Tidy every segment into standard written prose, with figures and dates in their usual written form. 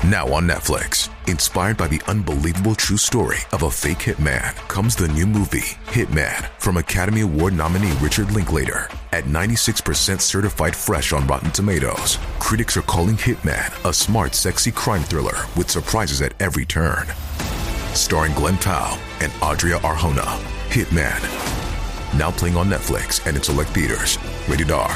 Now on Netflix, inspired by the unbelievable true story of a fake hitman, comes the new movie, Hitman, from Academy Award nominee Richard Linklater. At 96% certified fresh on Rotten Tomatoes, critics are calling Hitman a smart, sexy crime thriller with surprises at every turn. Starring Glenn Powell and Adria Arjona, Hitman. Now playing on Netflix and in select theaters. Rated R.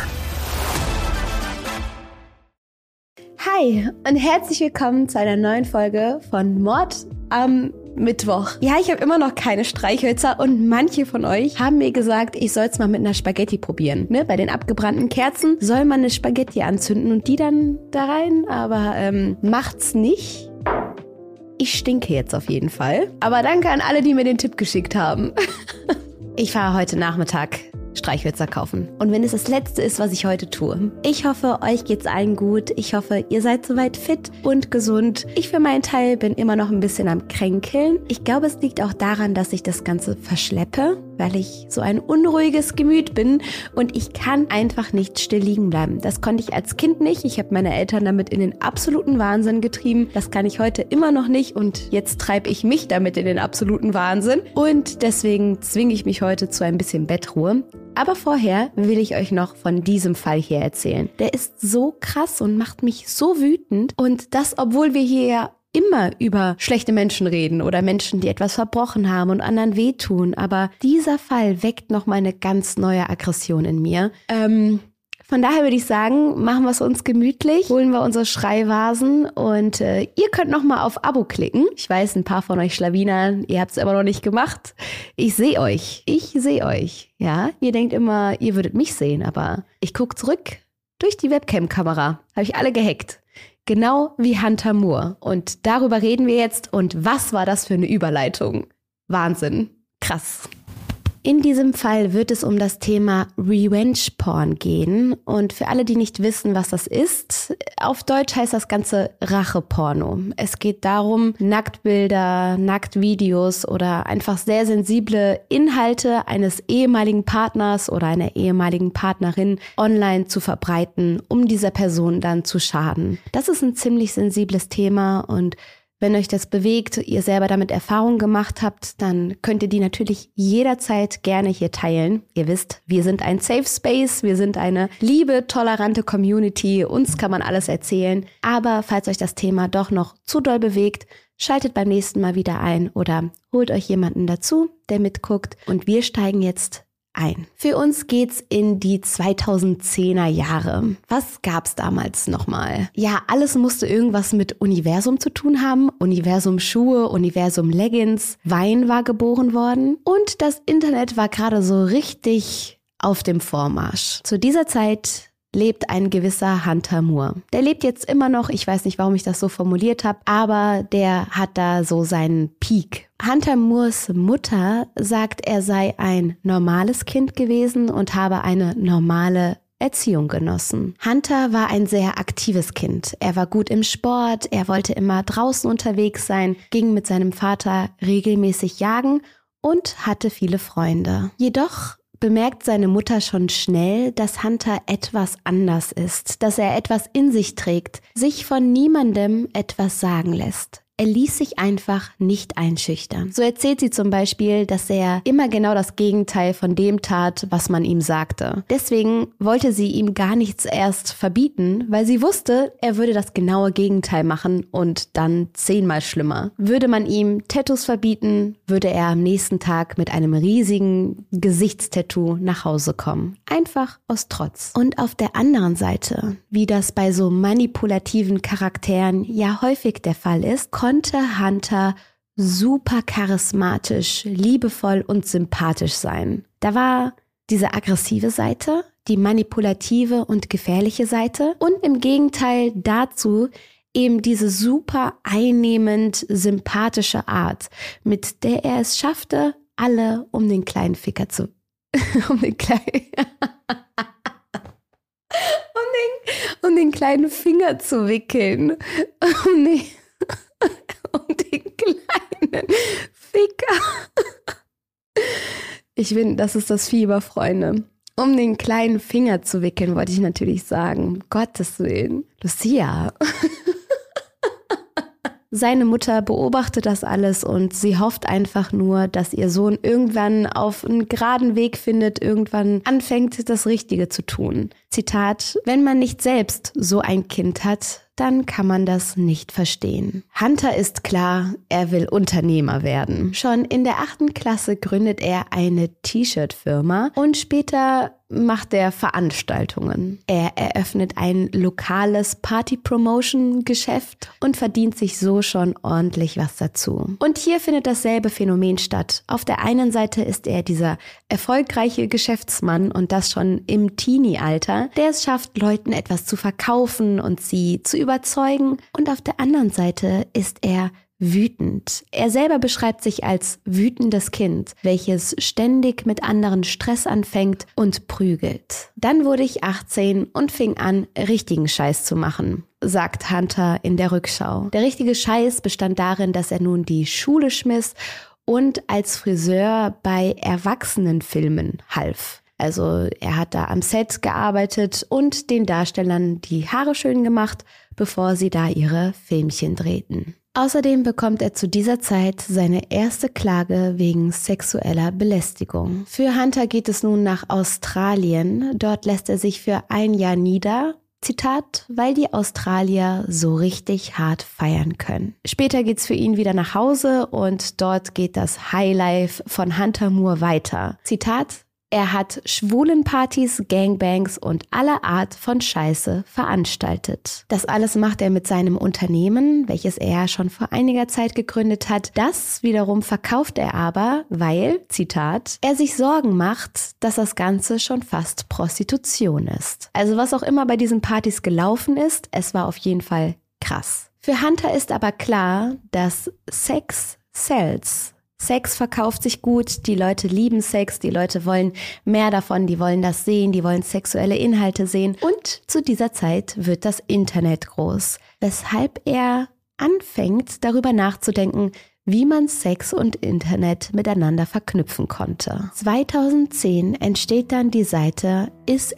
Hi und herzlich willkommen zu einer neuen Folge von Mord am Mittwoch. Ja, ich habe immer noch keine Streichhölzer und manche von euch haben mir gesagt, ich soll es mal mit einer Spaghetti probieren. Ne? Bei den abgebrannten Kerzen soll man eine Spaghetti anzünden und die dann da rein, aber macht's nicht. Ich stinke jetzt auf jeden Fall. Aber danke an alle, die mir den Tipp geschickt haben. Ich fahre heute Nachmittag Streichhölzer kaufen. Und wenn es das Letzte ist, was ich heute tue. Ich hoffe, euch geht's allen gut. Ich hoffe, ihr seid soweit fit und gesund. Ich für meinen Teil bin immer noch ein bisschen am Kränkeln. Ich glaube, es liegt auch daran, dass ich das Ganze verschleppe, weil ich so ein unruhiges Gemüt bin und ich kann einfach nicht still liegen bleiben. Das konnte ich als Kind nicht. Ich habe meine Eltern damit in den absoluten Wahnsinn getrieben. Das kann ich heute immer noch nicht und jetzt treibe ich mich damit in den absoluten Wahnsinn. Und deswegen zwinge ich mich heute zu ein bisschen Bettruhe. Aber vorher will ich euch noch von diesem Fall hier erzählen. Der ist so krass und macht mich so wütend. Und das, obwohl wir hier ja immer über schlechte Menschen reden oder Menschen, die etwas verbrochen haben und anderen wehtun. Aber dieser Fall weckt nochmal eine ganz neue Aggression in mir. Von daher würde ich sagen, machen wir es uns gemütlich, holen wir unsere Schreivasen und ihr könnt nochmal auf Abo klicken. Ich weiß, ein paar von euch Schlawinern, ihr habt es immer noch nicht gemacht. Ich sehe euch. Ja, ihr denkt immer, ihr würdet mich sehen, aber ich gucke zurück durch die Webcam-Kamera. Habe ich alle gehackt. Genau wie Hunter Moore. Und darüber reden wir jetzt. Und was war das für eine Überleitung? Wahnsinn. Krass. In diesem Fall wird es um das Thema Revenge Porn gehen. Und für alle, die nicht wissen, was das ist, auf Deutsch heißt das Ganze Racheporno. Es geht darum, Nacktbilder, Nacktvideos oder einfach sehr sensible Inhalte eines ehemaligen Partners oder einer ehemaligen Partnerin online zu verbreiten, um dieser Person dann zu schaden. Das ist ein ziemlich sensibles Thema und wenn euch das bewegt, ihr selber damit Erfahrung gemacht habt, dann könnt ihr die natürlich jederzeit gerne hier teilen. Ihr wisst, wir sind ein Safe Space, wir sind eine liebe, tolerante Community, uns kann man alles erzählen. Aber falls euch das Thema doch noch zu doll bewegt, schaltet beim nächsten Mal wieder ein oder holt euch jemanden dazu, der mitguckt. Und wir steigen jetzt ein. Für uns geht's in die 2010er Jahre. Was gab's damals nochmal? Ja, alles musste irgendwas mit Universum zu tun haben. Universum Schuhe, Universum Leggings, Wein war geboren worden und das Internet war gerade so richtig auf dem Vormarsch. Zu dieser Zeit lebt ein gewisser Hunter Moore. Der lebt jetzt immer noch, ich weiß nicht, warum ich das so formuliert habe, aber der hat da so seinen Peak. Hunter Moores Mutter sagt, er sei ein normales Kind gewesen und habe eine normale Erziehung genossen. Hunter war ein sehr aktives Kind. Er war gut im Sport, er wollte immer draußen unterwegs sein, ging mit seinem Vater regelmäßig jagen und hatte viele Freunde. Jedoch bemerkt seine Mutter schon schnell, dass Hunter etwas anders ist, dass er etwas in sich trägt, sich von niemandem etwas sagen lässt. Er ließ sich einfach nicht einschüchtern. So erzählt sie zum Beispiel, dass er immer genau das Gegenteil von dem tat, was man ihm sagte. Deswegen wollte sie ihm gar nichts erst verbieten, weil sie wusste, er würde das genaue Gegenteil machen und dann 10-mal schlimmer. Würde man ihm Tattoos verbieten, würde er am nächsten Tag mit einem riesigen Gesichtstattoo nach Hause kommen. Einfach aus Trotz. Und auf der anderen Seite, wie das bei so manipulativen Charakteren ja häufig der Fall ist, konnte Hunter super charismatisch, liebevoll und sympathisch sein. Da war diese aggressive Seite, die manipulative und gefährliche Seite und im Gegenteil dazu eben diese super einnehmend sympathische Art, mit der er es schaffte, alle um den kleinen Ficker zu um den kleinen Finger zu wickeln. Um den kleinen Ficker. Ich finde, das ist das Fieber, Freunde. Um den kleinen Finger zu wickeln, wollte ich natürlich sagen. Um Gottes Willen. Lucia. Seine Mutter beobachtet das alles und sie hofft einfach nur, dass ihr Sohn irgendwann auf einen geraden Weg findet, irgendwann anfängt, das Richtige zu tun. Zitat: Wenn man nicht selbst so ein Kind hat, dann kann man das nicht verstehen. Hunter ist klar, er will Unternehmer werden. Schon in der 8. Klasse gründet er eine T-Shirt-Firma und später macht er Veranstaltungen. Er eröffnet ein lokales Party-Promotion-Geschäft und verdient sich so schon ordentlich was dazu. Und hier findet dasselbe Phänomen statt. Auf der einen Seite ist er dieser erfolgreiche Geschäftsmann und das schon im Teenie-Alter, der es schafft, Leuten etwas zu verkaufen und sie zu überzeugen. Und auf der anderen Seite ist er wütend. Er selber beschreibt sich als wütendes Kind, welches ständig mit anderen Stress anfängt und prügelt. Dann wurde ich 18 und fing an, richtigen Scheiß zu machen, sagt Hunter in der Rückschau. Der richtige Scheiß bestand darin, dass er nun die Schule schmiss und als Friseur bei Erwachsenenfilmen half. Also er hat da am Set gearbeitet und den Darstellern die Haare schön gemacht, bevor sie da ihre Filmchen drehten. Außerdem bekommt er zu dieser Zeit seine erste Klage wegen sexueller Belästigung. Für Hunter geht es nun nach Australien. Dort lässt er sich für ein Jahr nieder. Zitat: weil die Australier so richtig hart feiern können. Später geht's für ihn wieder nach Hause und dort geht das Highlife von Hunter Moore weiter. Zitat: er hat Schwulenpartys, Gangbangs und aller Art von Scheiße veranstaltet. Das alles macht er mit seinem Unternehmen, welches er schon vor einiger Zeit gegründet hat. Das wiederum verkauft er aber, weil, Zitat, er sich Sorgen macht, dass das Ganze schon fast Prostitution ist. Also was auch immer bei diesen Partys gelaufen ist, es war auf jeden Fall krass. Für Hunter ist aber klar, dass Sex sells. Sex verkauft sich gut, die Leute lieben Sex, die Leute wollen mehr davon, die wollen das sehen, die wollen sexuelle Inhalte sehen. Und zu dieser Zeit wird das Internet groß, weshalb er anfängt, darüber nachzudenken, wie man Sex und Internet miteinander verknüpfen konnte. 2010 entsteht dann die Seite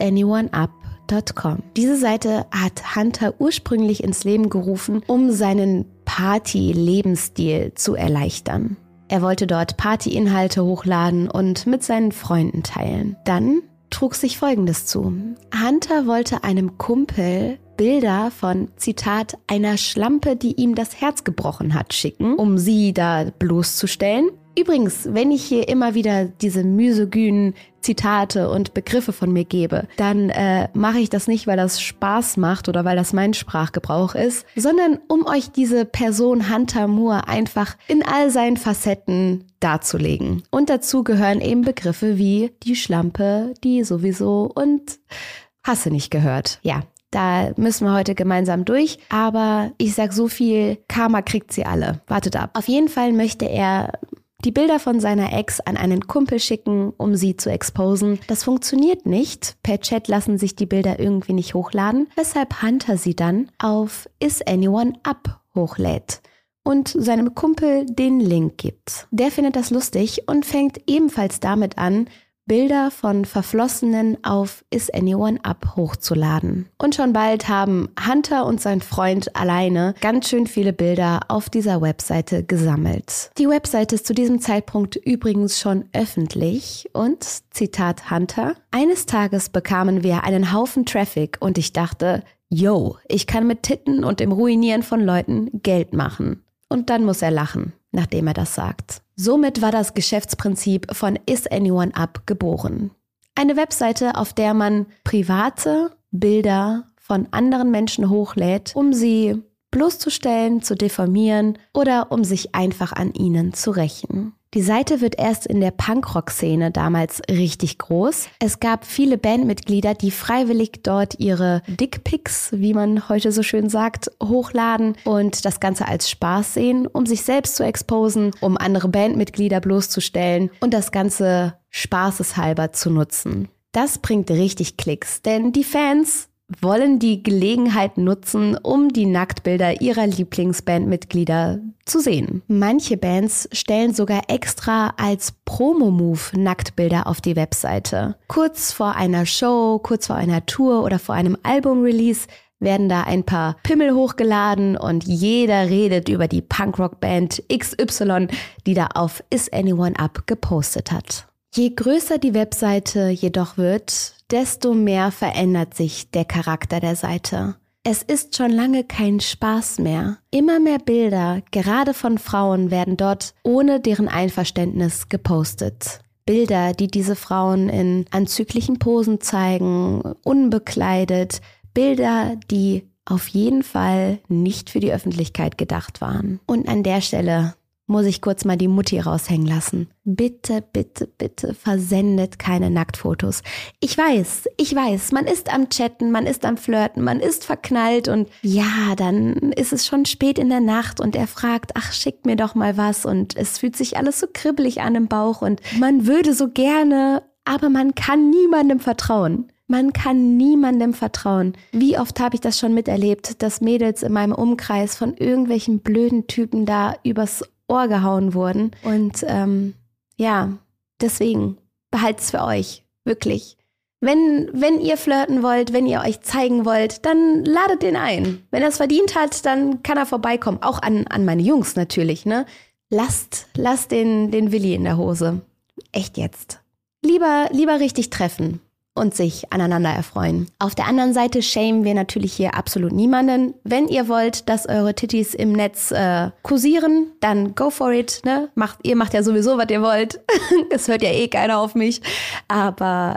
isanyoneup.com. Diese Seite hat Hunter ursprünglich ins Leben gerufen, um seinen Party-Lebensstil zu erleichtern. Er wollte dort Partyinhalte hochladen und mit seinen Freunden teilen. Dann trug sich Folgendes zu. Hunter wollte einem Kumpel Bilder von, Zitat, einer Schlampe, die ihm das Herz gebrochen hat, schicken, um sie da bloßzustellen. Übrigens, wenn ich hier immer wieder diese misogynen Zitate und Begriffe von mir gebe, dann mache ich das nicht, weil das Spaß macht oder weil das mein Sprachgebrauch ist, sondern um euch diese Person Hunter Moore einfach in all seinen Facetten darzulegen. Und dazu gehören eben Begriffe wie die Schlampe, die sowieso und hast du nicht gehört. Ja. Da müssen wir heute gemeinsam durch, aber ich sag so viel, Karma kriegt sie alle. Wartet ab. Auf jeden Fall möchte er die Bilder von seiner Ex an einen Kumpel schicken, um sie zu exposen. Das funktioniert nicht. Per Chat lassen sich die Bilder irgendwie nicht hochladen, weshalb Hunter sie dann auf isanyoneup hochlädt und seinem Kumpel den Link gibt. Der findet das lustig und fängt ebenfalls damit an, Bilder von Verflossenen auf isanyoneup hochzuladen. Und schon bald haben Hunter und sein Freund alleine ganz schön viele Bilder auf dieser Webseite gesammelt. Die Webseite ist zu diesem Zeitpunkt übrigens schon öffentlich und, Zitat Hunter, eines Tages bekamen wir einen Haufen Traffic und ich dachte, yo, ich kann mit Titten und dem Ruinieren von Leuten Geld machen. Und dann muss er lachen, nachdem er das sagt. Somit war das Geschäftsprinzip von isanyoneup geboren. Eine Webseite, auf der man private Bilder von anderen Menschen hochlädt, um sie bloßzustellen, zu diffamieren oder um sich einfach an ihnen zu rächen. Die Seite wird erst in der Punkrock-Szene damals richtig groß. Es gab viele Bandmitglieder, die freiwillig dort ihre Dickpics, wie man heute so schön sagt, hochladen und das Ganze als Spaß sehen, um sich selbst zu exposen, um andere Bandmitglieder bloßzustellen und das Ganze spaßeshalber zu nutzen. Das bringt richtig Klicks, denn die Fans wollen die Gelegenheit nutzen, um die Nacktbilder ihrer Lieblingsbandmitglieder zu sehen. Manche Bands stellen sogar extra als Promo-Move Nacktbilder auf die Webseite. Kurz vor einer Show, kurz vor einer Tour oder vor einem Album-Release werden da ein paar Pimmel hochgeladen und jeder redet über die Punkrock-Band XY, die da auf Is Anyone Up gepostet hat. Je größer die Webseite jedoch wird, desto mehr verändert sich der Charakter der Seite. Es ist schon lange kein Spaß mehr. Immer mehr Bilder, gerade von Frauen, werden dort ohne deren Einverständnis gepostet. Bilder, die diese Frauen in anzüglichen Posen zeigen, unbekleidet. Bilder, die auf jeden Fall nicht für die Öffentlichkeit gedacht waren. Und an der Stelle muss ich kurz mal die Mutti raushängen lassen. Bitte, bitte, bitte versendet keine Nacktfotos. Ich weiß, man ist am Chatten, man ist am Flirten, man ist verknallt und ja, dann ist es schon spät in der Nacht und er fragt, ach, schickt mir doch mal was und es fühlt sich alles so kribbelig an im Bauch und man würde so gerne, aber man kann niemandem vertrauen. Man kann niemandem vertrauen. Wie oft habe ich das schon miterlebt, dass Mädels in meinem Umkreis von irgendwelchen blöden Typen da übers Ohr gehauen wurden. Und deswegen behalt's für euch, wirklich. Wenn ihr flirten wollt, wenn ihr euch zeigen wollt, dann ladet den ein. Wenn er es verdient hat, dann kann er vorbeikommen. Auch an meine Jungs natürlich, ne? Lasst den Willi in der Hose. Echt jetzt. Lieber richtig treffen und sich aneinander erfreuen. Auf der anderen Seite shamen wir natürlich hier absolut niemanden. Wenn ihr wollt, dass eure Tittis im Netz kursieren, dann go for it. Ne? Ihr macht ja sowieso, was ihr wollt. Es hört ja eh keiner auf mich. Aber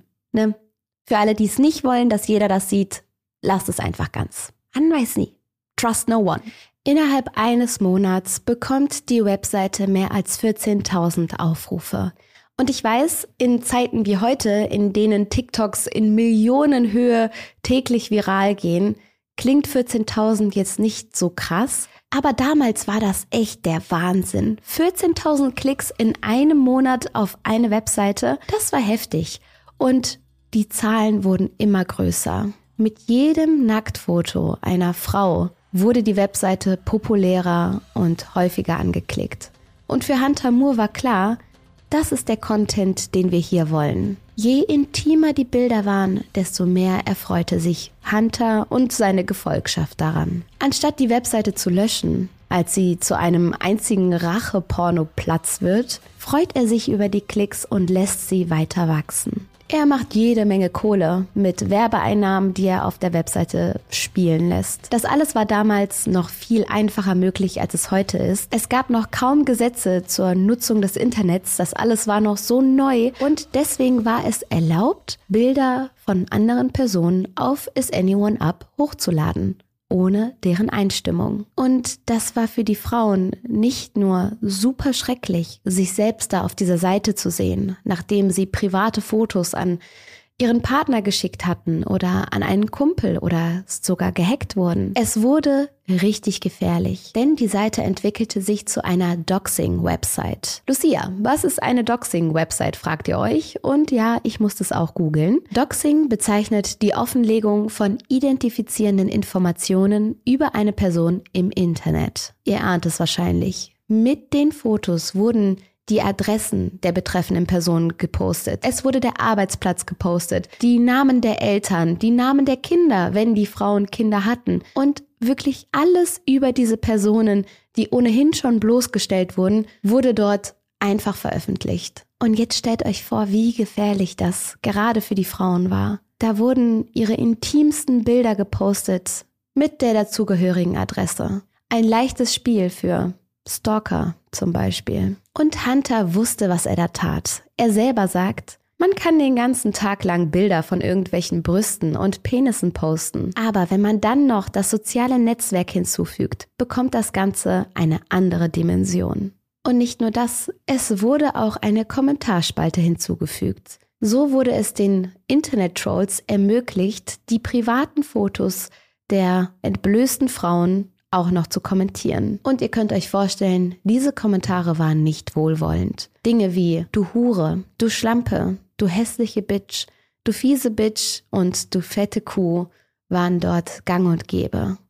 für alle, die es nicht wollen, dass jeder das sieht, lasst es einfach ganz. Man weiß nie. Trust no one. Innerhalb eines Monats bekommt die Webseite mehr als 14.000 Aufrufe. Und ich weiß, in Zeiten wie heute, in denen TikToks in Millionenhöhe täglich viral gehen, klingt 14.000 jetzt nicht so krass. Aber damals war das echt der Wahnsinn. 14.000 Klicks in einem Monat auf eine Webseite, das war heftig. Und die Zahlen wurden immer größer. Mit jedem Nacktfoto einer Frau wurde die Webseite populärer und häufiger angeklickt. Und für Hunter Moore war klar, das ist der Content, den wir hier wollen. Je intimer die Bilder waren, desto mehr erfreute sich Hunter und seine Gefolgschaft daran. Anstatt die Webseite zu löschen, als sie zu einem einzigen Rache-Porno-Platz wird, freut er sich über die Klicks und lässt sie weiter wachsen. Er macht jede Menge Kohle mit Werbeeinnahmen, die er auf der Webseite spielen lässt. Das alles war damals noch viel einfacher möglich, als es heute ist. Es gab noch kaum Gesetze zur Nutzung des Internets. Das alles war noch so neu und deswegen war es erlaubt, Bilder von anderen Personen auf Is Anyone Up hochzuladen, ohne deren Einstimmung. Und das war für die Frauen nicht nur super schrecklich, sich selbst da auf dieser Seite zu sehen, nachdem sie private Fotos an ihren Partner geschickt hatten oder an einen Kumpel oder sogar gehackt wurden. Es wurde richtig gefährlich, denn die Seite entwickelte sich zu einer Doxing-Website. Lucia, was ist eine Doxing-Website, fragt ihr euch? Und ja, ich musste es auch googeln. Doxing bezeichnet die Offenlegung von identifizierenden Informationen über eine Person im Internet. Ihr ahnt es wahrscheinlich. Mit den Fotos wurden die Adressen der betreffenden Personen gepostet. Es wurde der Arbeitsplatz gepostet, die Namen der Eltern, die Namen der Kinder, wenn die Frauen Kinder hatten. Und wirklich alles über diese Personen, die ohnehin schon bloßgestellt wurden, wurde dort einfach veröffentlicht. Und jetzt stellt euch vor, wie gefährlich das gerade für die Frauen war. Da wurden ihre intimsten Bilder gepostet mit der dazugehörigen Adresse. Ein leichtes Spiel für Stalker zum Beispiel. Und Hunter wusste, was er da tat. Er selber sagt, man kann den ganzen Tag lang Bilder von irgendwelchen Brüsten und Penissen posten. Aber wenn man dann noch das soziale Netzwerk hinzufügt, bekommt das Ganze eine andere Dimension. Und nicht nur das, es wurde auch eine Kommentarspalte hinzugefügt. So wurde es den Internet-Trolls ermöglicht, die privaten Fotos der entblößten Frauen auch noch zu kommentieren. Und ihr könnt euch vorstellen, diese Kommentare waren nicht wohlwollend. Dinge wie du Hure, du Schlampe, du hässliche Bitch, du fiese Bitch und du fette Kuh waren dort gang und gäbe.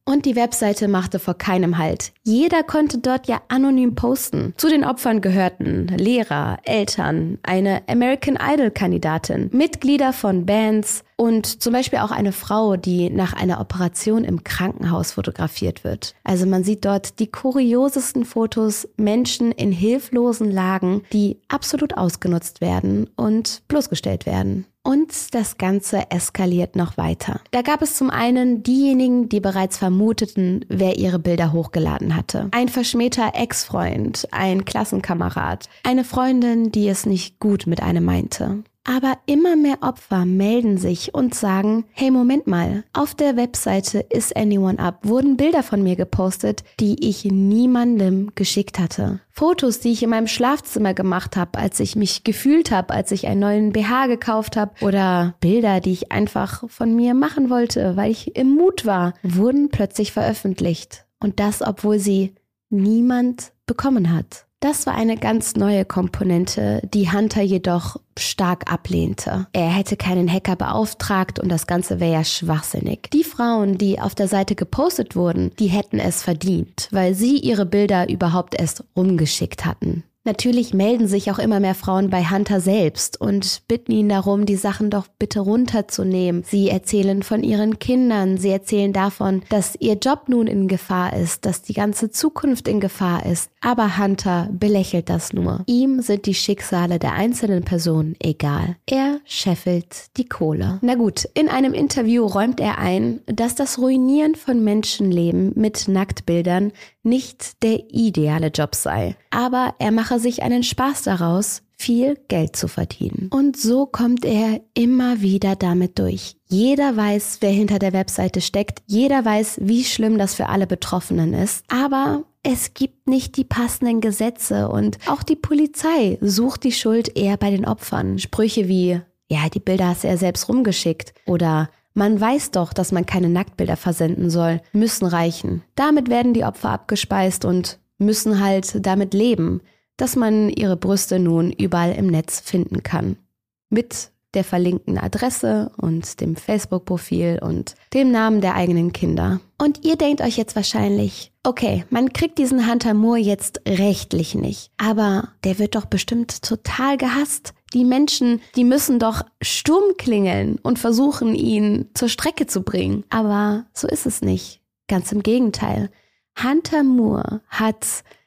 Und die Webseite machte vor keinem Halt. Jeder konnte dort ja anonym posten. Zu den Opfern gehörten Lehrer, Eltern, eine American Idol-Kandidatin, Mitglieder von Bands und zum Beispiel auch eine Frau, die nach einer Operation im Krankenhaus fotografiert wird. Also man sieht dort die kuriosesten Fotos, Menschen in hilflosen Lagen, die absolut ausgenutzt werden und bloßgestellt werden. Und das Ganze eskaliert noch weiter. Da gab es zum einen diejenigen, die bereits vermuteten, wer ihre Bilder hochgeladen hatte. Ein verschmähter Ex-Freund, ein Klassenkamerad, eine Freundin, die es nicht gut mit einem meinte. Aber immer mehr Opfer melden sich und sagen, hey, Moment mal, auf der Webseite Is Anyone Up wurden Bilder von mir gepostet, die ich niemandem geschickt hatte. Fotos, die ich in meinem Schlafzimmer gemacht habe, als ich mich gefühlt habe, als ich einen neuen BH gekauft habe, oder Bilder, die ich einfach von mir machen wollte, weil ich im Mut war, wurden plötzlich veröffentlicht. Und das, obwohl sie niemand bekommen hat. Das war eine ganz neue Komponente, die Hunter jedoch stark ablehnte. Er hätte keinen Hacker beauftragt und das Ganze wäre ja schwachsinnig. Die Frauen, die auf der Seite gepostet wurden, die hätten es verdient, weil sie ihre Bilder überhaupt erst rumgeschickt hatten. Natürlich melden sich auch immer mehr Frauen bei Hunter selbst und bitten ihn darum, die Sachen doch bitte runterzunehmen. Sie erzählen von ihren Kindern, sie erzählen davon, dass ihr Job nun in Gefahr ist, dass die ganze Zukunft in Gefahr ist. Aber Hunter belächelt das nur. Ihm sind die Schicksale der einzelnen Personen egal. Er scheffelt die Kohle. Na gut, in einem Interview räumt er ein, dass das Ruinieren von Menschenleben mit Nacktbildern nicht der ideale Job sei. Aber er mache sich einen Spaß daraus, viel Geld zu verdienen. Und so kommt er immer wieder damit durch. Jeder weiß, wer hinter der Webseite steckt. Jeder weiß, wie schlimm das für alle Betroffenen ist. Aber es gibt nicht die passenden Gesetze und auch die Polizei sucht die Schuld eher bei den Opfern. Sprüche wie, ja, die Bilder hast du ja selbst rumgeschickt oder man weiß doch, dass man keine Nacktbilder versenden soll, müssen reichen. Damit werden die Opfer abgespeist und müssen halt damit leben, dass man ihre Brüste nun überall im Netz finden kann. Mit der verlinkten Adresse und dem Facebook-Profil und dem Namen der eigenen Kinder. Und ihr denkt euch jetzt wahrscheinlich, okay, man kriegt diesen Hunter Moore jetzt rechtlich nicht, aber der wird doch bestimmt total gehasst. Die Menschen, die müssen doch Sturm klingeln und versuchen, ihn zur Strecke zu bringen. Aber so ist es nicht. Ganz im Gegenteil. Hunter Moore hat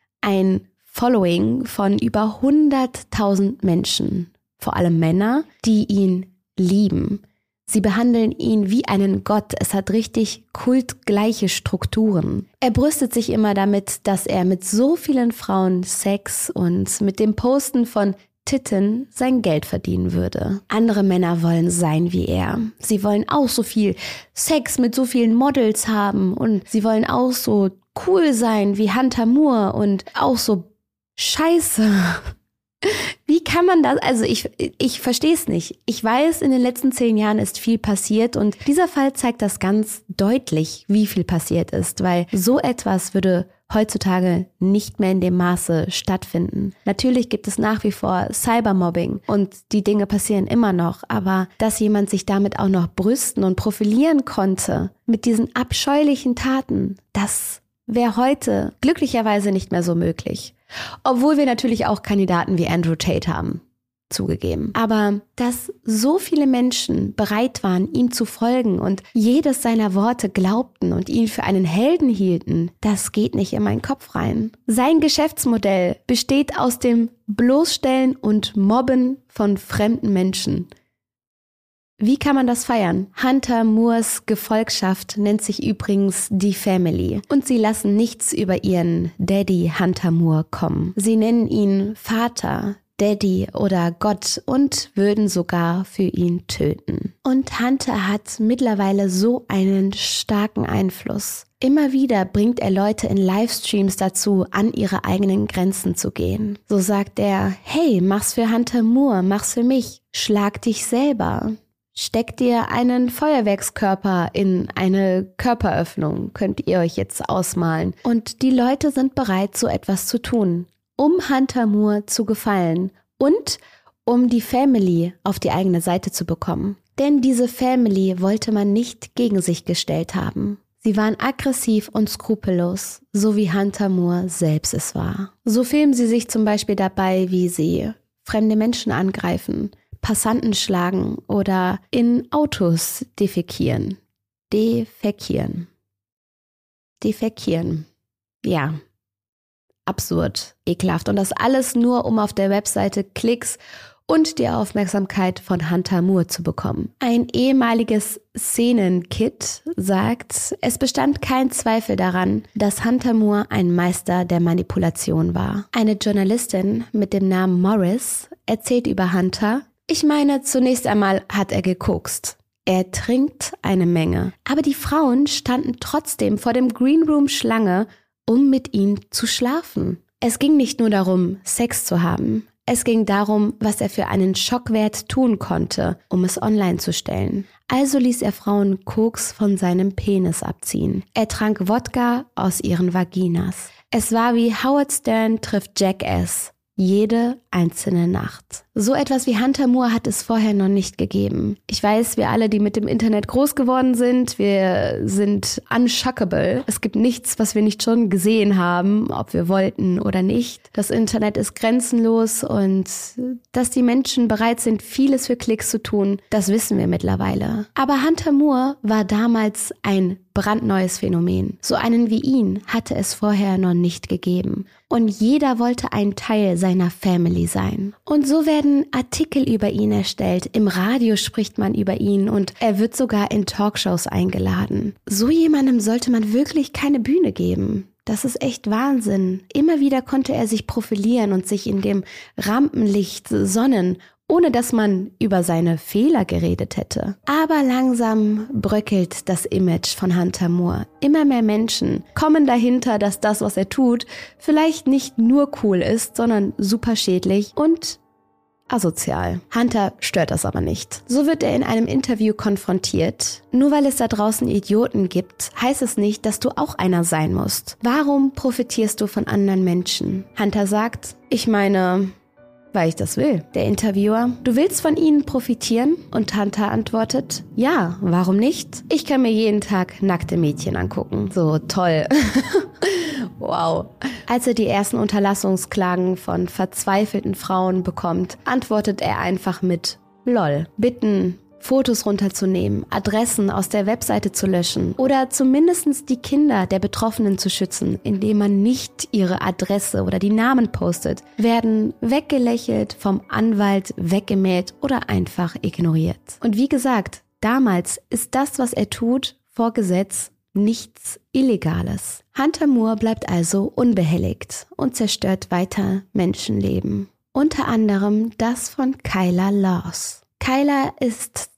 ein Following von über 100.000 Menschen. Vor allem Männer, die ihn lieben. Sie behandeln ihn wie einen Gott. Es hat richtig kultgleiche Strukturen. Er brüstet sich immer damit, dass er mit so vielen Frauen Sex und mit dem Posten von Titten sein Geld verdienen würde. Andere Männer wollen sein wie er. Sie wollen auch so viel Sex mit so vielen Models haben und sie wollen auch so cool sein wie Hunter Moore und auch so scheiße. Wie kann man das? Also ich verstehe es nicht. Ich weiß, in den letzten 10 Jahren ist viel passiert und dieser Fall zeigt das ganz deutlich, wie viel passiert ist, weil so etwas würde heutzutage nicht mehr in dem Maße stattfinden. Natürlich gibt es nach wie vor Cybermobbing und die Dinge passieren immer noch, aber dass jemand sich damit auch noch brüsten und profilieren konnte mit diesen abscheulichen Taten, das wäre heute glücklicherweise nicht mehr so möglich. Obwohl wir natürlich auch Kandidaten wie Andrew Tate haben, zugegeben. Aber dass so viele Menschen bereit waren, ihm zu folgen und jedes seiner Worte glaubten und ihn für einen Helden hielten, das geht nicht in meinen Kopf rein. Sein Geschäftsmodell besteht aus dem Bloßstellen und Mobben von fremden Menschen. Wie kann man das feiern? Hunter Moores Gefolgschaft nennt sich übrigens die Family und sie lassen nichts über ihren Daddy Hunter Moore kommen. Sie nennen ihn Vater, Daddy oder Gott und würden sogar für ihn töten. Und Hunter hat mittlerweile so einen starken Einfluss. Immer wieder bringt er Leute in Livestreams dazu, an ihre eigenen Grenzen zu gehen. So sagt er, hey, mach's für Hunter Moore, mach's für mich, schlag dich selber. Steck dir einen Feuerwerkskörper in eine Körperöffnung, könnt ihr euch jetzt ausmalen. Und die Leute sind bereit, so etwas zu tun, um Hunter Moore zu gefallen und um die Family auf die eigene Seite zu bekommen. Denn diese Family wollte man nicht gegen sich gestellt haben. Sie waren aggressiv und skrupellos, so wie Hunter Moore selbst es war. So filmen sie sich zum Beispiel dabei, wie sie fremde Menschen angreifen, Passanten schlagen oder in Autos defekieren. Defekieren. Ja, absurd, ekelhaft. Und das alles nur, um auf der Webseite Klicks und die Aufmerksamkeit von Hunter Moore zu bekommen. Ein ehemaliges Szenenkid sagt, es bestand kein Zweifel daran, dass Hunter Moore ein Meister der Manipulation war. Eine Journalistin mit dem Namen Morris erzählt über Hunter: Ich meine, zunächst einmal hat er gekokst. Er trinkt eine Menge. Aber die Frauen standen trotzdem vor dem Green Room Schlange, um mit ihm zu schlafen. Es ging nicht nur darum, Sex zu haben. Es ging darum, was er für einen Schockwert tun konnte, um es online zu stellen. Also ließ er Frauen Koks von seinem Penis abziehen. Er trank Wodka aus ihren Vaginas. Es war wie Howard Stern trifft Jackass. Jede einzelne Nacht. So etwas wie Hunter Moore hat es vorher noch nicht gegeben. Ich weiß, wir alle, die mit dem Internet groß geworden sind, wir sind unshockable. Es gibt nichts, was wir nicht schon gesehen haben, ob wir wollten oder nicht. Das Internet ist grenzenlos und dass die Menschen bereit sind, vieles für Klicks zu tun, das wissen wir mittlerweile. Aber Hunter Moore war damals ein brandneues Phänomen. So einen wie ihn hatte es vorher noch nicht gegeben. Und jeder wollte ein Teil seiner Family sein. Und so werden Artikel über ihn erstellt. Im Radio spricht man über ihn und er wird sogar in Talkshows eingeladen. So jemandem sollte man wirklich keine Bühne geben. Das ist echt Wahnsinn. Immer wieder konnte er sich profilieren und sich in dem Rampenlicht sonnen, ohne dass man über seine Fehler geredet hätte. Aber langsam bröckelt das Image von Hunter Moore. Immer mehr Menschen kommen dahinter, dass das, was er tut, vielleicht nicht nur cool ist, sondern super schädlich und asozial. Hunter stört das aber nicht. So wird er in einem Interview konfrontiert. Nur weil es da draußen Idioten gibt, heißt es nicht, dass du auch einer sein musst. Warum profitierst du von anderen Menschen? Hunter sagt, ich meine, weil ich das will. Der Interviewer: Du willst von ihnen profitieren? Und Hunter antwortet: Ja, warum nicht? Ich kann mir jeden Tag nackte Mädchen angucken. So toll. Wow. Als er die ersten Unterlassungsklagen von verzweifelten Frauen bekommt, antwortet er einfach mit LOL. Bitten, Fotos runterzunehmen, Adressen aus der Webseite zu löschen oder zumindest die Kinder der Betroffenen zu schützen, indem man nicht ihre Adresse oder die Namen postet, werden weggelächelt, vom Anwalt weggemäht oder einfach ignoriert. Und wie gesagt, damals ist das, was er tut, vor Gesetz nichts Illegales. Hunter Moore bleibt also unbehelligt und zerstört weiter Menschenleben. Unter anderem das von Kyla Laws. Kyla ist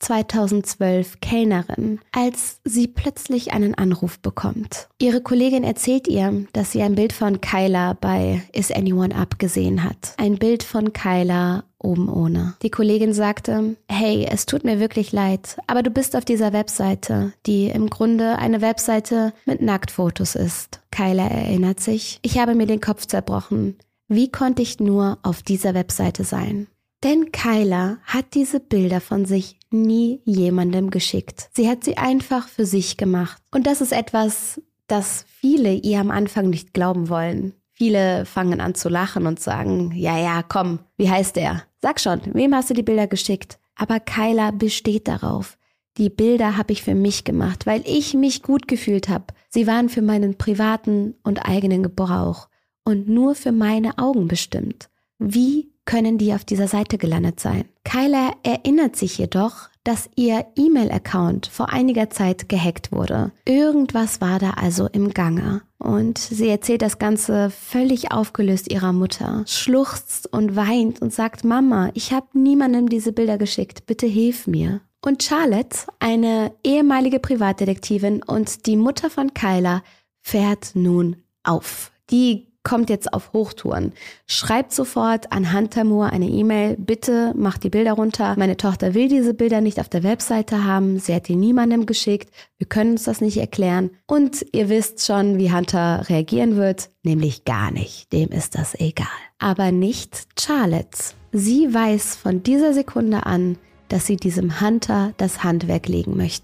2012 Kellnerin, als sie plötzlich einen Anruf bekommt. Ihre Kollegin erzählt ihr, dass sie ein Bild von Kyla bei Is Anyone Up gesehen hat. Ein Bild von Kyla oben ohne. Die Kollegin sagte: Hey, es tut mir wirklich leid, aber du bist auf dieser Webseite, die im Grunde eine Webseite mit Nacktfotos ist. Kyla erinnert sich: Ich habe mir den Kopf zerbrochen. Wie konnte ich nur auf dieser Webseite sein? Denn Kyla hat diese Bilder von sich nie jemandem geschickt. Sie hat sie einfach für sich gemacht. Und das ist etwas, das viele ihr am Anfang nicht glauben wollen. Viele fangen an zu lachen und sagen: Ja, komm, wie heißt der? Sag schon, wem hast du die Bilder geschickt? Aber Kyla besteht darauf. Die Bilder habe ich für mich gemacht, weil ich mich gut gefühlt habe. Sie waren für meinen privaten und eigenen Gebrauch und nur für meine Augen bestimmt. Wie können die auf dieser Seite gelandet sein? Kyla erinnert sich jedoch, dass ihr E-Mail-Account vor einiger Zeit gehackt wurde. Irgendwas war da also im Gange. Und sie erzählt das Ganze völlig aufgelöst ihrer Mutter, schluchzt und weint und sagt: Mama, ich habe niemandem diese Bilder geschickt, bitte hilf mir. Und Charlotte, eine ehemalige Privatdetektivin und die Mutter von Kyla, fährt nun auf. Die kommt jetzt auf Hochtouren, schreibt sofort an Hunter Moore eine E-Mail: Bitte mach die Bilder runter. Meine Tochter will diese Bilder nicht auf der Webseite haben. Sie hat die niemandem geschickt. Wir können uns das nicht erklären. Und ihr wisst schon, wie Hunter reagieren wird, nämlich gar nicht. Dem ist das egal. Aber nicht Charlotte. Sie weiß von dieser Sekunde an, dass sie diesem Hunter das Handwerk legen möchte.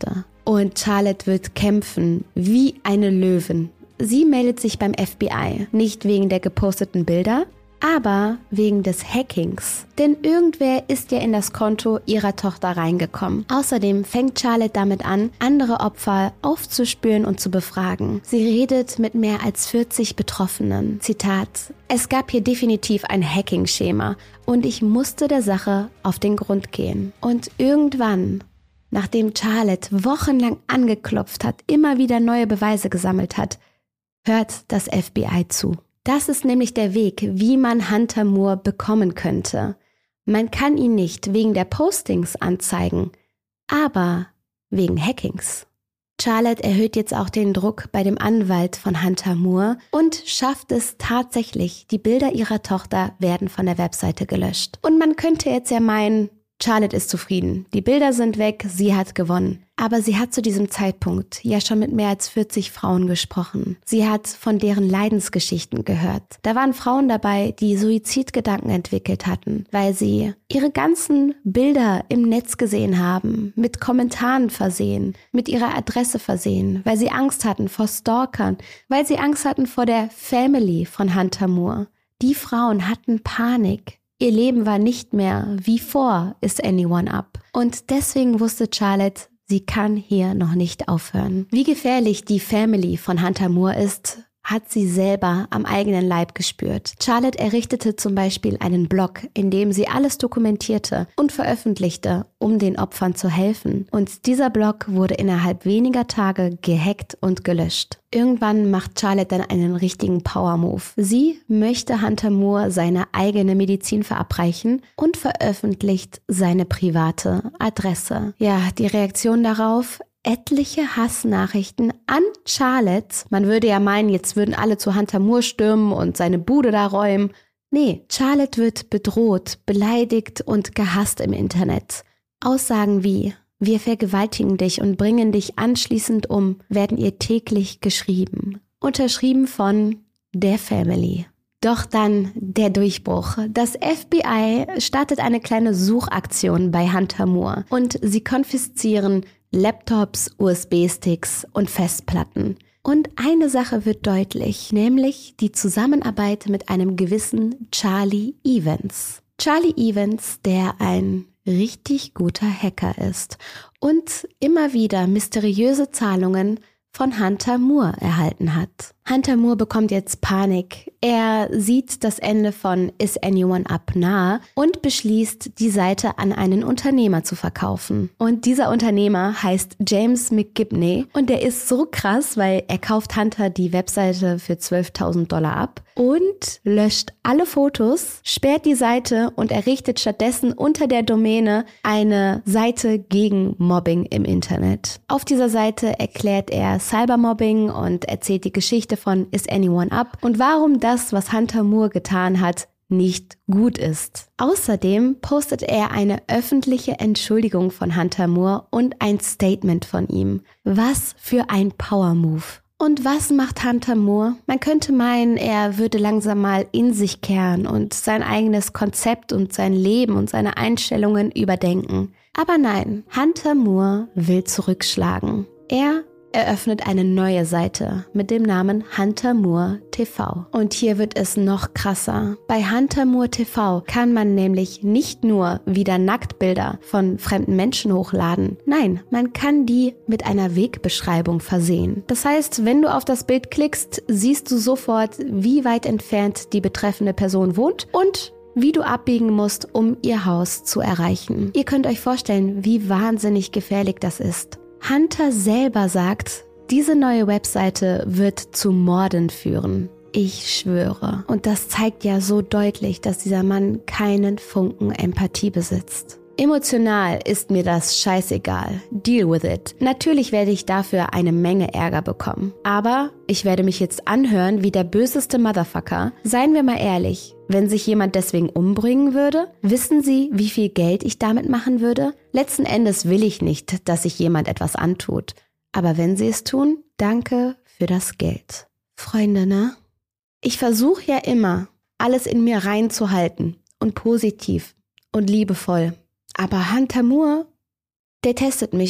Und Charlotte wird kämpfen wie eine Löwin. Sie meldet sich beim FBI, nicht wegen der geposteten Bilder, aber wegen des Hackings. Denn irgendwer ist ja in das Konto ihrer Tochter reingekommen. Außerdem fängt Charlotte damit an, andere Opfer aufzuspüren und zu befragen. Sie redet mit mehr als 40 Betroffenen. Zitat: Es gab hier definitiv ein Hacking-Schema und ich musste der Sache auf den Grund gehen. Und irgendwann, nachdem Charlotte wochenlang angeklopft hat, immer wieder neue Beweise gesammelt hat, hört das FBI zu. Das ist nämlich der Weg, wie man Hunter Moore bekommen könnte. Man kann ihn nicht wegen der Postings anzeigen, aber wegen Hackings. Charlotte erhöht jetzt auch den Druck bei dem Anwalt von Hunter Moore und schafft es tatsächlich, die Bilder ihrer Tochter werden von der Webseite gelöscht. Und man könnte jetzt ja meinen, Charlotte ist zufrieden. Die Bilder sind weg, sie hat gewonnen. Aber sie hat zu diesem Zeitpunkt ja schon mit mehr als 40 Frauen gesprochen. Sie hat von deren Leidensgeschichten gehört. Da waren Frauen dabei, die Suizidgedanken entwickelt hatten, weil sie ihre ganzen Bilder im Netz gesehen haben, mit Kommentaren versehen, mit ihrer Adresse versehen, weil sie Angst hatten vor Stalkern, weil sie Angst hatten vor der Family von Hunter Moore. Die Frauen hatten Panik. Ihr Leben war nicht mehr wie vor Is Anyone Up. Und deswegen wusste Charlotte, sie kann hier noch nicht aufhören. Wie gefährlich die Family von Hunter Moore ist, hat sie selber am eigenen Leib gespürt. Charlotte errichtete zum Beispiel einen Blog, in dem sie alles dokumentierte und veröffentlichte, um den Opfern zu helfen. Und dieser Blog wurde innerhalb weniger Tage gehackt und gelöscht. Irgendwann macht Charlotte dann einen richtigen Power-Move. Sie möchte Hunter Moore seine eigene Medizin verabreichen und veröffentlicht seine private Adresse. Ja, die Reaktion darauf: etliche Hassnachrichten an Charlotte. Man würde ja meinen, jetzt würden alle zu Hunter Moore stürmen und seine Bude da räumen. Nee, Charlotte wird bedroht, beleidigt und gehasst im Internet. Aussagen wie: Wir vergewaltigen dich und bringen dich anschließend um, werden ihr täglich geschrieben. Unterschrieben von der Family. Doch dann der Durchbruch. Das FBI startet eine kleine Suchaktion bei Hunter Moore und sie konfiszieren Laptops, USB-Sticks und Festplatten. Und eine Sache wird deutlich, nämlich die Zusammenarbeit mit einem gewissen Charlie Evans. Charlie Evans, der ein richtig guter Hacker ist und immer wieder mysteriöse Zahlungen von Hunter Moore erhalten hat. Hunter Moore bekommt jetzt Panik. Er sieht das Ende von Is Anyone Up nahe und beschließt, die Seite an einen Unternehmer zu verkaufen. Und dieser Unternehmer heißt James McGibney und der ist so krass, weil er kauft Hunter die Webseite für $12.000 ab und löscht alle Fotos, sperrt die Seite und errichtet stattdessen unter der Domäne eine Seite gegen Mobbing im Internet. Auf dieser Seite erklärt er Cybermobbing und erzählt die Geschichte von Is Anyone Up und warum das, was Hunter Moore getan hat, nicht gut ist. Außerdem postet er eine öffentliche Entschuldigung von Hunter Moore und ein Statement von ihm. Was für ein Power-Move. Und was macht Hunter Moore? Man könnte meinen, er würde langsam mal in sich kehren und sein eigenes Konzept und sein Leben und seine Einstellungen überdenken. Aber nein, Hunter Moore will zurückschlagen. Er eröffnet eine neue Seite mit dem Namen Hunter Moore TV. Und hier wird es noch krasser. Bei Hunter Moore TV kann man nämlich nicht nur wieder Nacktbilder von fremden Menschen hochladen. Nein, man kann die mit einer Wegbeschreibung versehen. Das heißt, wenn du auf das Bild klickst, siehst du sofort, wie weit entfernt die betreffende Person wohnt und wie du abbiegen musst, um ihr Haus zu erreichen. Ihr könnt euch vorstellen, wie wahnsinnig gefährlich das ist. Hunter selber sagt, diese neue Webseite wird zu Morden führen. Ich schwöre. Und das zeigt ja so deutlich, dass dieser Mann keinen Funken Empathie besitzt. Emotional ist mir das scheißegal. Deal with it. Natürlich werde ich dafür eine Menge Ärger bekommen. Aber ich werde mich jetzt anhören wie der böseste Motherfucker. Seien wir mal ehrlich, wenn sich jemand deswegen umbringen würde, wissen Sie, wie viel Geld ich damit machen würde? Letzten Endes will ich nicht, dass sich jemand etwas antut. Aber wenn Sie es tun, danke für das Geld. Freunde, ne? Ich versuche ja immer, alles in mir reinzuhalten und positiv und liebevoll. Aber Hunter Moore, der testet mich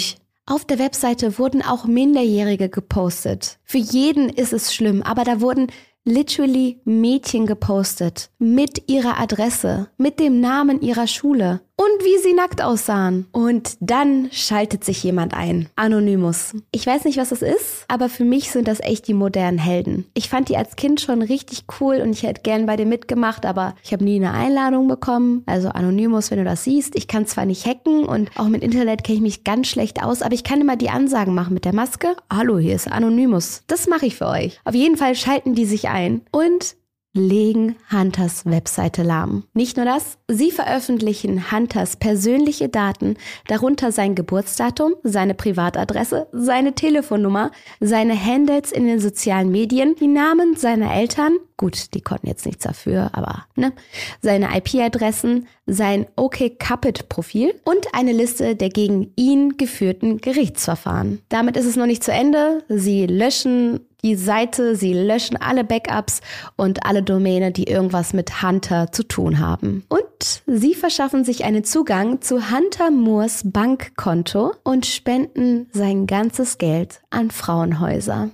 Auf der Webseite wurden auch Minderjährige gepostet. Für jeden ist es schlimm, aber da wurden literally Mädchen gepostet mit ihrer Adresse, mit dem Namen ihrer Schule und wie sie nackt aussahen. Und dann schaltet sich jemand ein. Anonymous. Ich weiß nicht, was das ist, aber für mich sind das echt die modernen Helden. Ich fand die als Kind schon richtig cool und ich hätte gern bei denen mitgemacht, aber ich habe nie eine Einladung bekommen. Also Anonymous, wenn du das siehst. Ich kann zwar nicht hacken und auch mit Internet kenne ich mich ganz schlecht aus, aber ich kann immer die Ansagen machen mit der Maske. Hallo, hier ist Anonymous. Das mache ich für euch. Auf jeden Fall schalten die sich ein und legen Hunters Webseite lahm. Nicht nur das, sie veröffentlichen Hunters persönliche Daten, darunter sein Geburtsdatum, seine Privatadresse, seine Telefonnummer, seine Handles in den sozialen Medien, die Namen seiner Eltern, gut, die konnten jetzt nichts dafür, aber seine IP-Adressen, sein OkCupid-Profil und eine Liste der gegen ihn geführten Gerichtsverfahren. Damit ist es noch nicht zu Ende. Sie löschen die Seite, sie löschen alle Backups und alle Domäne, die irgendwas mit Hunter zu tun haben. Und sie verschaffen sich einen Zugang zu Hunter Moores Bankkonto und spenden sein ganzes Geld an Frauenhäuser.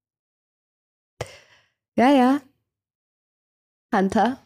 Ja. Hunter.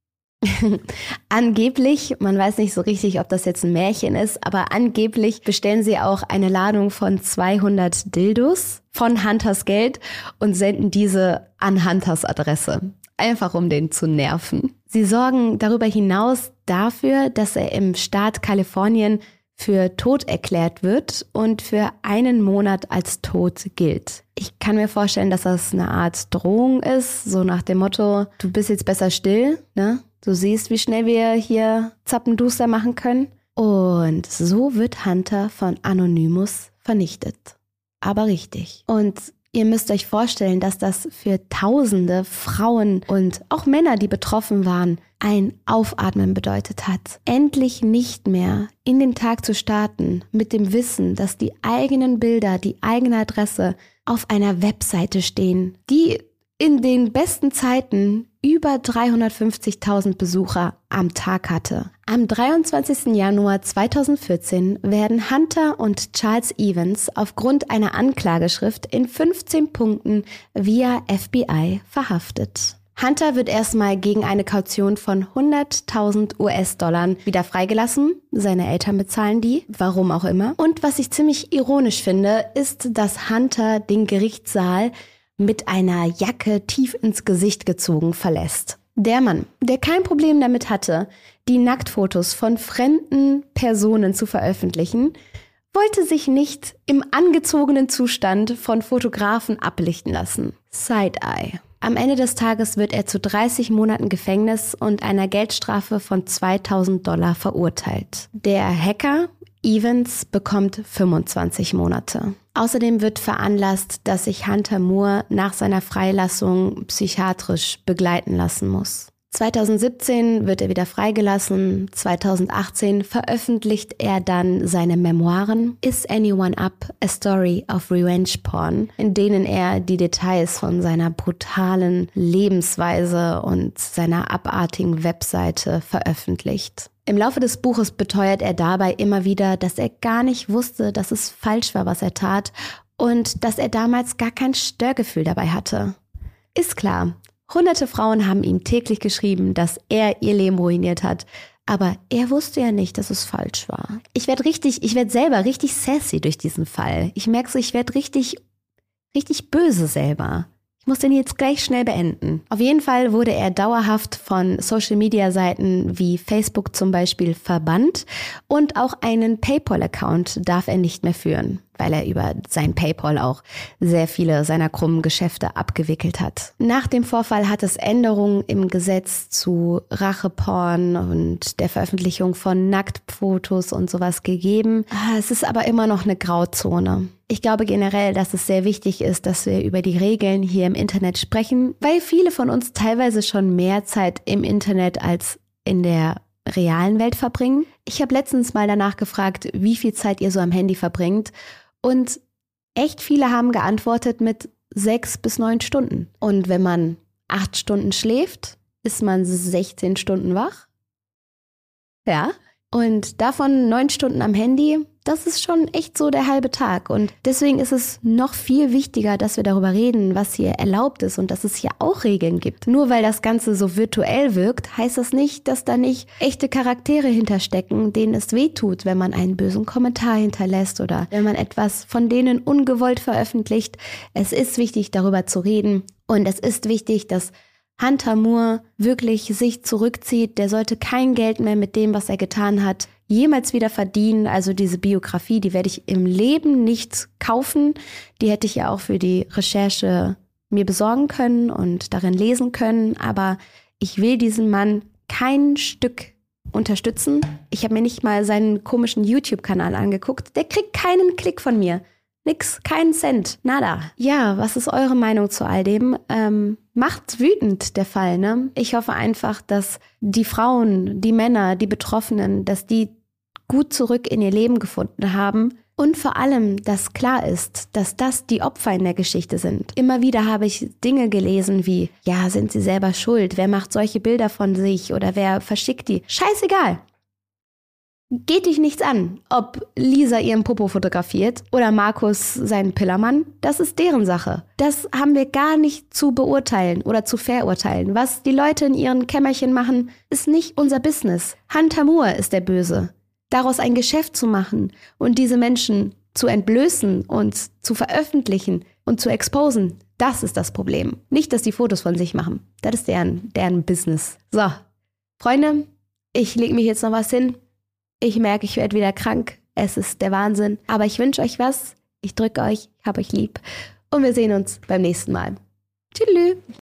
Angeblich, man weiß nicht so richtig, ob das jetzt ein Märchen ist, aber angeblich bestellen sie auch eine Ladung von 200 Dildos von Hunters Geld und senden diese an Hunters Adresse. Einfach um den zu nerven. Sie sorgen darüber hinaus dafür, dass er im Staat Kalifornien für tot erklärt wird und für einen Monat als tot gilt. Ich kann mir vorstellen, dass das eine Art Drohung ist, so nach dem Motto, du bist jetzt besser still, ne? Du siehst, wie schnell wir hier Zappenduster machen können. Und so wird Hunter von Anonymous vernichtet. Aber richtig. Und ihr müsst euch vorstellen, dass das für tausende Frauen und auch Männer, die betroffen waren, ein Aufatmen bedeutet hat. Endlich nicht mehr in den Tag zu starten mit dem Wissen, dass die eigenen Bilder, die eigene Adresse auf einer Webseite stehen, die in den besten Zeiten über 350.000 Besucher am Tag hatte. Am 23. Januar 2014 werden Hunter und Charles Evans aufgrund einer Anklageschrift in 15 Punkten via FBI verhaftet. Hunter wird erstmal gegen eine Kaution von 100.000 US-Dollar wieder freigelassen. Seine Eltern bezahlen die, warum auch immer. Und was ich ziemlich ironisch finde, ist, dass Hunter den Gerichtssaal mit einer Jacke tief ins Gesicht gezogen verlässt. Der Mann, der kein Problem damit hatte, die Nacktfotos von fremden Personen zu veröffentlichen, wollte sich nicht im angezogenen Zustand von Fotografen ablichten lassen. Side-Eye. Am Ende des Tages wird er zu 30 Monaten Gefängnis und einer Geldstrafe von $2.000 verurteilt. Der Hacker Evans bekommt 25 Monate. Außerdem wird veranlasst, dass sich Hunter Moore nach seiner Freilassung psychiatrisch begleiten lassen muss. 2017 wird er wieder freigelassen. 2018 veröffentlicht er dann seine Memoiren Is Anyone Up? A Story of Revenge Porn, in denen er die Details von seiner brutalen Lebensweise und seiner abartigen Webseite veröffentlicht. Im Laufe des Buches beteuert er dabei immer wieder, dass er gar nicht wusste, dass es falsch war, was er tat und dass er damals gar kein Störgefühl dabei hatte. Ist klar, hunderte Frauen haben ihm täglich geschrieben, dass er ihr Leben ruiniert hat, aber er wusste ja nicht, dass es falsch war. Ich werde selber richtig sassy durch diesen Fall. Ich merke so, ich werde richtig böse selber. Ich muss den jetzt gleich schnell beenden. Auf jeden Fall wurde er dauerhaft von Social-Media-Seiten wie Facebook zum Beispiel verbannt und auch einen PayPal-Account darf er nicht mehr führen, weil er über sein PayPal auch sehr viele seiner krummen Geschäfte abgewickelt hat. Nach dem Vorfall hat es Änderungen im Gesetz zu Racheporn und der Veröffentlichung von Nacktfotos und sowas gegeben. Es ist aber immer noch eine Grauzone. Ich glaube generell, dass es sehr wichtig ist, dass wir über die Regeln hier im Internet sprechen, weil viele von uns teilweise schon mehr Zeit im Internet als in der realen Welt verbringen. Ich habe letztens mal danach gefragt, wie viel Zeit ihr so am Handy verbringt. Und echt viele haben geantwortet mit 6 bis 9 Stunden. Und wenn man 8 Stunden schläft, ist man 16 Stunden wach. Ja. Und davon 9 Stunden am Handy, das ist schon echt so der halbe Tag. Und deswegen ist es noch viel wichtiger, dass wir darüber reden, was hier erlaubt ist und dass es hier auch Regeln gibt. Nur weil das Ganze so virtuell wirkt, heißt das nicht, dass da nicht echte Charaktere hinterstecken, denen es wehtut, wenn man einen bösen Kommentar hinterlässt oder wenn man etwas von denen ungewollt veröffentlicht. Es ist wichtig, darüber zu reden. Und es ist wichtig, dass Hunter Moore wirklich sich zurückzieht. Der sollte kein Geld mehr mit dem, was er getan hat, jemals wieder verdienen. Also diese Biografie, die werde ich im Leben nicht kaufen. Die hätte ich ja auch für die Recherche mir besorgen können und darin lesen können. Aber ich will diesen Mann kein Stück unterstützen. Ich habe mir nicht mal seinen komischen YouTube-Kanal angeguckt. Der kriegt keinen Klick von mir. Nix, keinen Cent, nada. Ja, was ist eure Meinung zu all dem? Macht's wütend, der Fall, ne? Ich hoffe einfach, dass die Frauen, die Männer, die Betroffenen, dass die gut zurück in ihr Leben gefunden haben. Und vor allem, dass klar ist, dass das die Opfer in der Geschichte sind. Immer wieder habe ich Dinge gelesen wie, ja, sind sie selber schuld? Wer macht solche Bilder von sich? Oder wer verschickt die? Scheißegal. Geht dich nichts an, ob Lisa ihren Popo fotografiert oder Markus seinen Pillermann. Das ist deren Sache. Das haben wir gar nicht zu beurteilen oder zu verurteilen. Was die Leute in ihren Kämmerchen machen, ist nicht unser Business. Hunter Moore ist der Böse. Daraus ein Geschäft zu machen und diese Menschen zu entblößen und zu veröffentlichen und zu exposen, das ist das Problem. Nicht, dass die Fotos von sich machen. Das ist deren Business. So, Freunde, ich lege mich jetzt noch was hin. Ich merke, ich werde wieder krank. Es ist der Wahnsinn. Aber ich wünsche euch was. Ich drücke euch, ich hab euch lieb. Und wir sehen uns beim nächsten Mal. Tschüss.